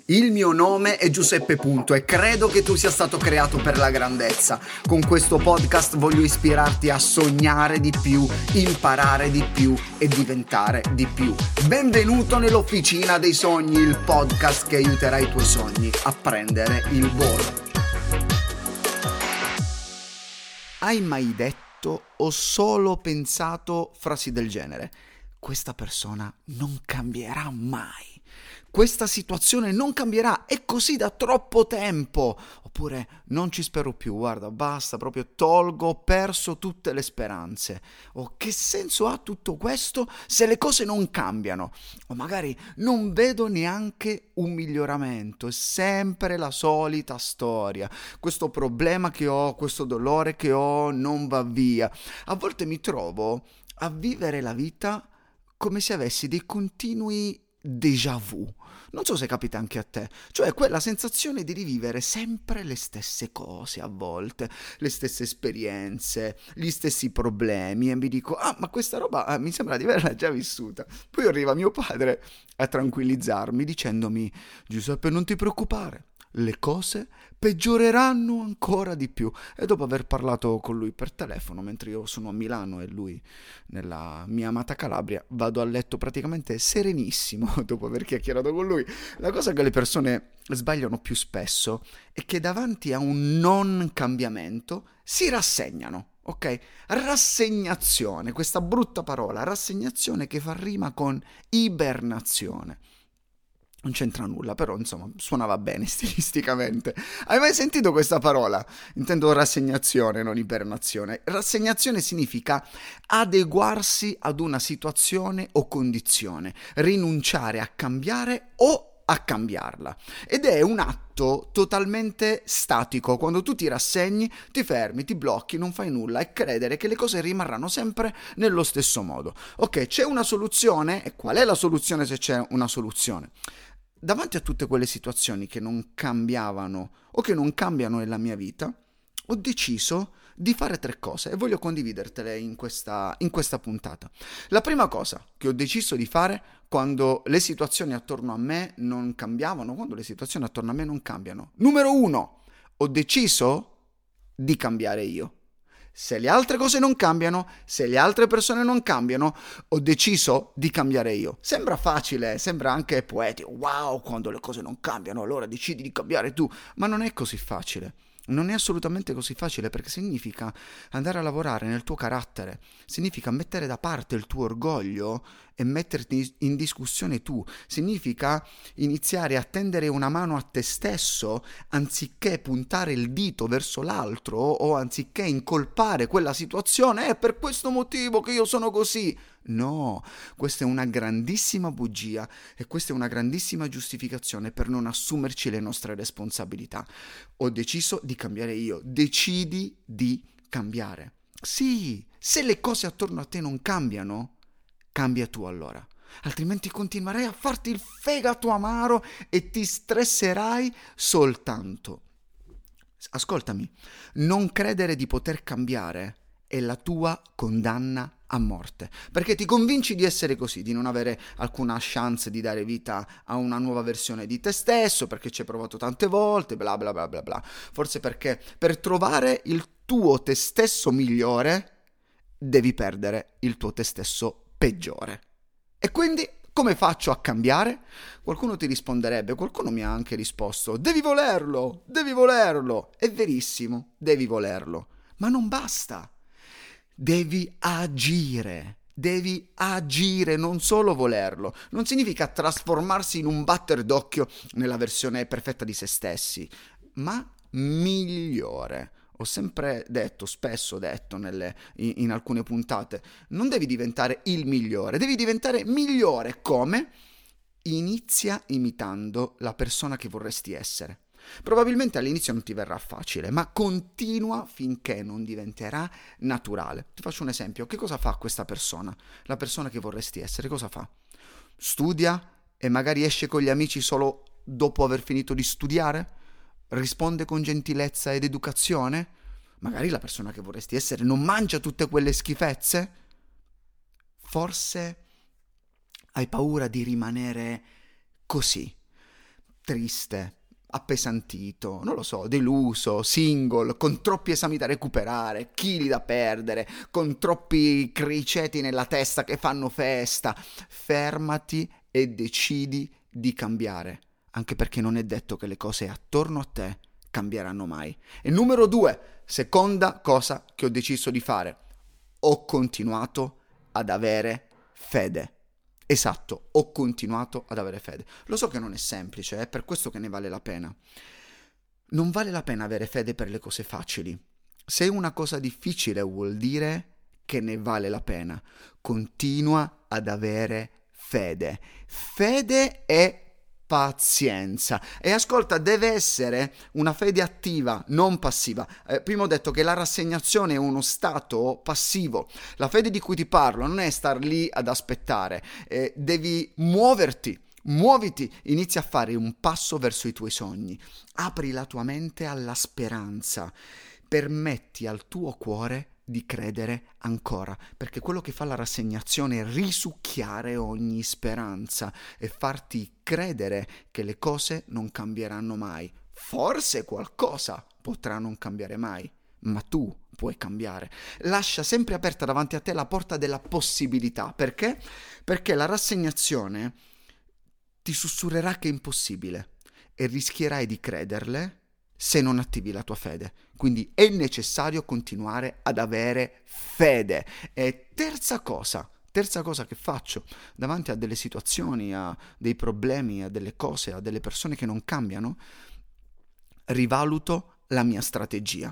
Il mio nome è Giuseppe Punto e credo che tu sia stato creato per la grandezza. Con questo podcast voglio ispirarti a sognare di più, imparare di più e diventare di più. Benvenuto nell'Officina dei Sogni, il podcast che aiuterà i tuoi sogni a prendere il volo. Hai mai detto o solo pensato frasi del genere? Questa persona non cambierà mai. Questa situazione non cambierà, è così da troppo tempo. Oppure non ci spero più, guarda, basta, proprio ho perso tutte le speranze. O che senso ha tutto questo se le cose non cambiano? O magari non vedo neanche un miglioramento, è sempre la solita storia. Questo problema che ho, questo dolore che ho non va via. A volte mi trovo a vivere la vita come se avessi dei continui déjà vu. Non so se capita anche a te, cioè quella sensazione di rivivere sempre le stesse cose a volte, le stesse esperienze, gli stessi problemi e mi dico, ma questa roba mi sembra di averla già vissuta. Poi arriva mio padre a tranquillizzarmi dicendomi, Giuseppe, non ti preoccupare, le cose peggioreranno ancora di più. E dopo aver parlato con lui per telefono mentre io sono a Milano e lui nella mia amata Calabria, vado a letto praticamente serenissimo dopo aver chiacchierato con lui. La cosa che le persone sbagliano più spesso è che davanti a un non cambiamento si rassegnano. Ok? Rassegnazione, questa brutta parola, rassegnazione che fa rima con ibernazione. Non c'entra nulla, però insomma suonava bene stilisticamente. Hai mai sentito questa parola? Intendo rassegnazione, non ibernazione. Rassegnazione significa adeguarsi ad una situazione o condizione, rinunciare a cambiare o a cambiarla. Ed è un atto totalmente statico. Quando tu ti rassegni, ti fermi, ti blocchi, non fai nulla e credere che le cose rimarranno sempre nello stesso modo. Ok, c'è una soluzione? E qual è la soluzione se c'è una soluzione? Davanti a tutte quelle situazioni che non cambiavano o che non cambiano nella mia vita, ho deciso di fare 3 cose e voglio condividertele in questa puntata. La prima cosa che ho deciso di fare quando le situazioni attorno a me non cambiavano, quando le situazioni attorno a me non cambiano. Numero 1, ho deciso di cambiare io. Se le altre cose non cambiano, se le altre persone non cambiano, ho deciso di cambiare io. Sembra facile, sembra anche poetico. Wow, quando le cose non cambiano, allora decidi di cambiare tu. Ma non è così facile. Non è assolutamente così facile perché significa andare a lavorare nel tuo carattere, significa mettere da parte il tuo orgoglio e metterti in discussione tu, significa iniziare a tendere una mano a te stesso anziché puntare il dito verso l'altro o anziché incolpare quella situazione, è per questo motivo che io sono così. No, questa è una grandissima bugia e questa è una grandissima giustificazione per non assumerci le nostre responsabilità. Ho deciso di cambiare io, decidi di cambiare. Sì, se le cose attorno a te non cambiano, cambia tu allora. Altrimenti continuerai a farti il fegato amaro e ti stresserai soltanto. Ascoltami, non credere di poter cambiare è la tua condanna a morte, perché ti convinci di essere così, di non avere alcuna chance di dare vita a una nuova versione di te stesso, perché ci hai provato tante volte, bla bla bla bla bla. Forse perché per trovare il tuo te stesso migliore devi perdere il tuo te stesso peggiore. E quindi come faccio a cambiare? Qualcuno ti risponderebbe, qualcuno mi ha anche risposto, devi volerlo, devi volerlo. È verissimo, devi volerlo, ma non basta. Devi agire, non solo volerlo. Non significa trasformarsi in un batter d'occhio nella versione perfetta di se stessi, ma migliore. Ho sempre detto, spesso detto in alcune puntate, non devi diventare il migliore, devi diventare migliore. Come? Inizia imitando la persona che vorresti essere. Probabilmente all'inizio non ti verrà facile, ma continua finché non diventerà naturale. Ti faccio un esempio. Che cosa fa questa persona? La persona che vorresti essere, cosa fa? Studia e magari esce con gli amici solo dopo aver finito di studiare? Risponde con gentilezza ed educazione? Magari la persona che vorresti essere non mangia tutte quelle schifezze? Forse hai paura di rimanere così. triste, appesantito, non lo so, deluso, single, con troppi esami da recuperare, chili da perdere, con troppi criceti nella testa che fanno festa, fermati e decidi di cambiare, anche perché non è detto che le cose attorno a te cambieranno mai. E numero 2, seconda cosa che ho deciso di fare, ho continuato ad avere fede. Esatto, ho continuato ad avere fede. Lo so che non è semplice, è per questo che ne vale la pena. Non vale la pena avere fede per le cose facili. Se è una cosa difficile vuol dire che ne vale la pena. Continua ad avere fede. Fede è pazienza. E ascolta, deve essere una fede attiva, non passiva. Prima ho detto che la rassegnazione è uno stato passivo. La fede di cui ti parlo non è star lì ad aspettare. Devi muoverti. Muoviti, inizia a fare un passo verso i tuoi sogni. Apri la tua mente alla speranza. Permetti al tuo cuore di credere ancora, perché quello che fa la rassegnazione è risucchiare ogni speranza e farti credere che le cose non cambieranno mai. Forse qualcosa potrà non cambiare mai, ma tu puoi cambiare. Lascia sempre aperta davanti a te la porta della possibilità. Perché? Perché la rassegnazione ti sussurrerà che è impossibile e rischierai di crederle se non attivi la tua fede. Quindi è necessario continuare ad avere fede. E terza cosa che faccio davanti a delle situazioni, a dei problemi, a delle cose, a delle persone che non cambiano, rivaluto la mia strategia.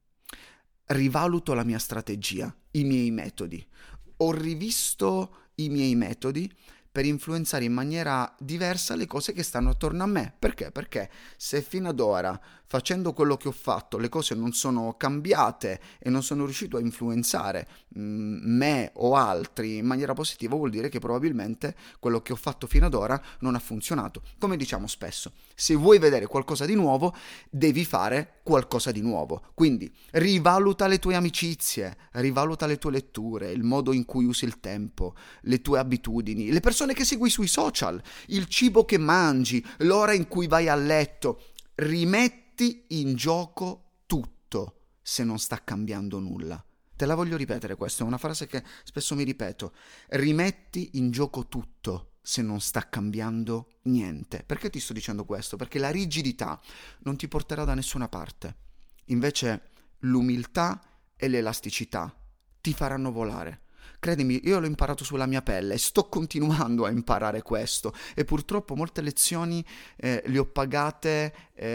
Rivaluto la mia strategia, i miei metodi. Ho rivisto i miei metodi per influenzare in maniera diversa le cose che stanno attorno a me. Perché? Perché se fino ad ora, facendo quello che ho fatto, le cose non sono cambiate e non sono riuscito a influenzare me o altri in maniera positiva, vuol dire che probabilmente quello che ho fatto fino ad ora non ha funzionato. Come diciamo spesso, se vuoi vedere qualcosa di nuovo, devi fare qualcosa di nuovo. Quindi rivaluta le tue amicizie, rivaluta le tue letture, il modo in cui usi il tempo, le tue abitudini, le persone che segui sui social, il cibo che mangi, l'ora in cui vai a letto. Rimetti in gioco tutto se non sta cambiando nulla. Te la voglio ripetere, questa è una frase che spesso mi ripeto. Rimetti in gioco tutto se non sta cambiando niente. Perché ti sto dicendo questo? Perché la rigidità non ti porterà da nessuna parte. Invece l'umiltà e l'elasticità ti faranno volare. Credimi, io l'ho imparato sulla mia pelle e sto continuando a imparare questo e purtroppo molte lezioni le ho pagate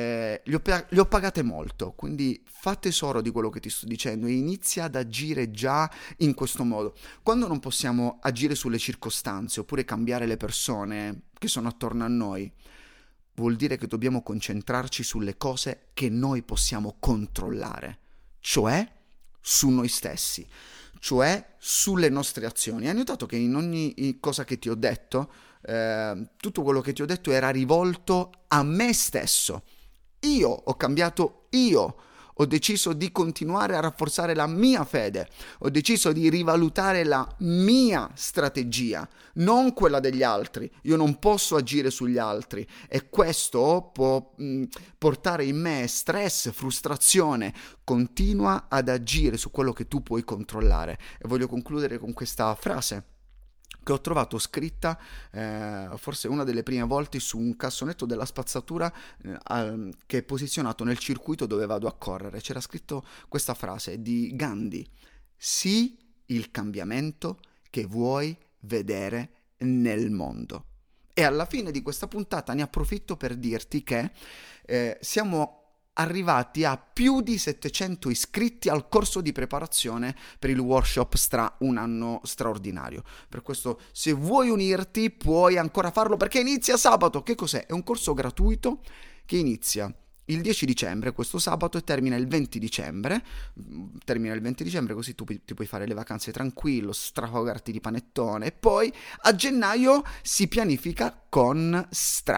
molto, quindi fa tesoro di quello che ti sto dicendo e inizia ad agire già in questo modo. Quando non possiamo agire sulle circostanze oppure cambiare le persone che sono attorno a noi, vuol dire che dobbiamo concentrarci sulle cose che noi possiamo controllare, cioè su noi stessi, cioè sulle nostre azioni. Hai notato che in ogni cosa che ti ho detto, tutto quello che ti ho detto era rivolto a me stesso. Io ho cambiato, io ho deciso di continuare a rafforzare la mia fede, ho deciso di rivalutare la mia strategia, non quella degli altri. Io non posso agire sugli altri e questo può portare in me stress, frustrazione. Continua ad agire su quello che tu puoi controllare. E voglio concludere con questa frase che ho trovato scritta forse una delle prime volte su un cassonetto della spazzatura che è posizionato nel circuito dove vado a correre. C'era scritto questa frase di Gandhi: sii il cambiamento che vuoi vedere nel mondo. E alla fine di questa puntata ne approfitto per dirti che siamo arrivati a più di 700 iscritti al corso di preparazione per il workshop Stra, un anno straordinario. Per questo, se vuoi unirti, puoi ancora farlo perché inizia sabato. Che cos'è? È un corso gratuito che inizia il 10 dicembre, questo sabato, e termina il 20 dicembre. Termina il 20 dicembre, così tu ti puoi fare le vacanze tranquillo, strafogarti di panettone. E poi a gennaio si pianifica con Stra.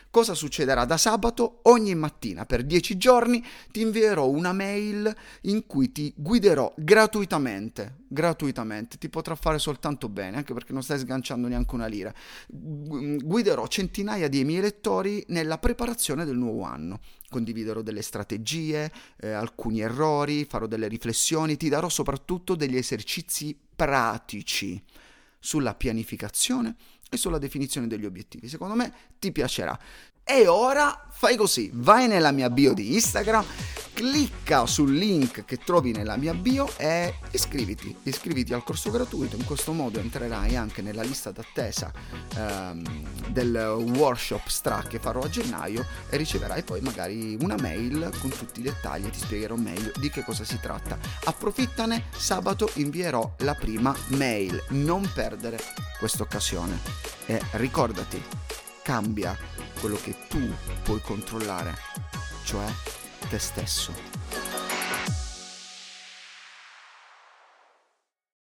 Cosa succederà da sabato? Ogni mattina per 10 giorni ti invierò una mail in cui ti guiderò gratuitamente, ti potrà fare soltanto bene, anche perché non stai sganciando neanche una lira. Guiderò centinaia di miei lettori nella preparazione del nuovo anno. Condividerò delle strategie, alcuni errori, farò delle riflessioni, ti darò soprattutto degli esercizi pratici sulla pianificazione e sulla definizione degli obiettivi. Secondo me ti piacerà. E ora fai così, vai nella mia bio di Instagram, clicca sul link che trovi nella mia bio e iscriviti al corso gratuito. In questo modo entrerai anche nella lista d'attesa del workshop STRA che farò a gennaio e riceverai poi magari una mail con tutti i dettagli e ti spiegherò meglio di che cosa si tratta. Approfittane, sabato invierò la prima mail, non perdere questa occasione e ricordati, cambia quello che tu puoi controllare, cioè te stesso.